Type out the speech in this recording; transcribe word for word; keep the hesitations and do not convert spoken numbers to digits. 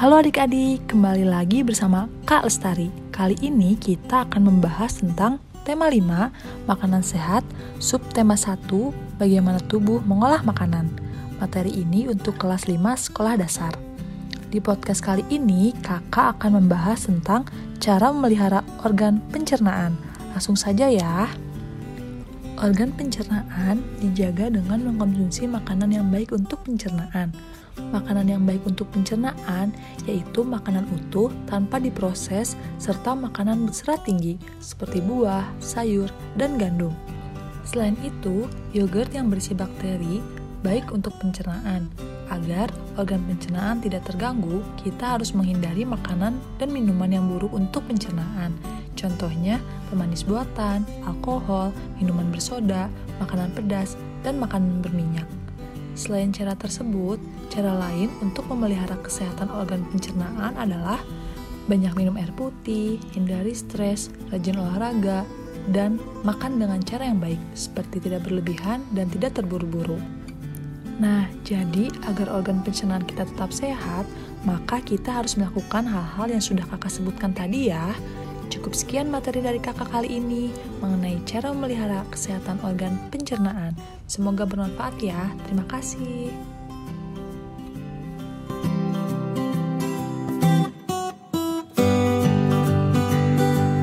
Halo adik-adik, kembali lagi bersama Kak Lestari. Kali ini kita akan membahas tentang tema lima, makanan sehat, subtema satu, bagaimana tubuh mengolah makanan. Materi ini untuk kelas lima sekolah dasar. Di podcast kali ini, kakak akan membahas tentang cara memelihara organ pencernaan. Langsung saja ya. Organ pencernaan dijaga dengan mengkonsumsi makanan yang baik untuk pencernaan. Makanan yang baik untuk pencernaan yaitu makanan utuh tanpa diproses serta makanan berserat tinggi seperti buah, sayur, dan gandum. Selain itu, yogurt yang berisi bakteri baik untuk pencernaan. Agar organ pencernaan tidak terganggu, kita harus menghindari makanan dan minuman yang buruk untuk pencernaan. Contohnya, pemanis buatan, alkohol, minuman bersoda, makanan pedas, dan makanan berminyak. Selain cara tersebut, cara lain untuk memelihara kesehatan organ pencernaan adalah banyak minum air putih, hindari stres, rajin olahraga, dan makan dengan cara yang baik, seperti tidak berlebihan dan tidak terburu-buru. Nah, jadi agar organ pencernaan kita tetap sehat, maka kita harus melakukan hal-hal yang sudah kakak sebutkan tadi ya. Cukup sekian materi dari kakak kali ini mengenai cara memelihara kesehatan organ pencernaan. Semoga bermanfaat ya. Terima kasih.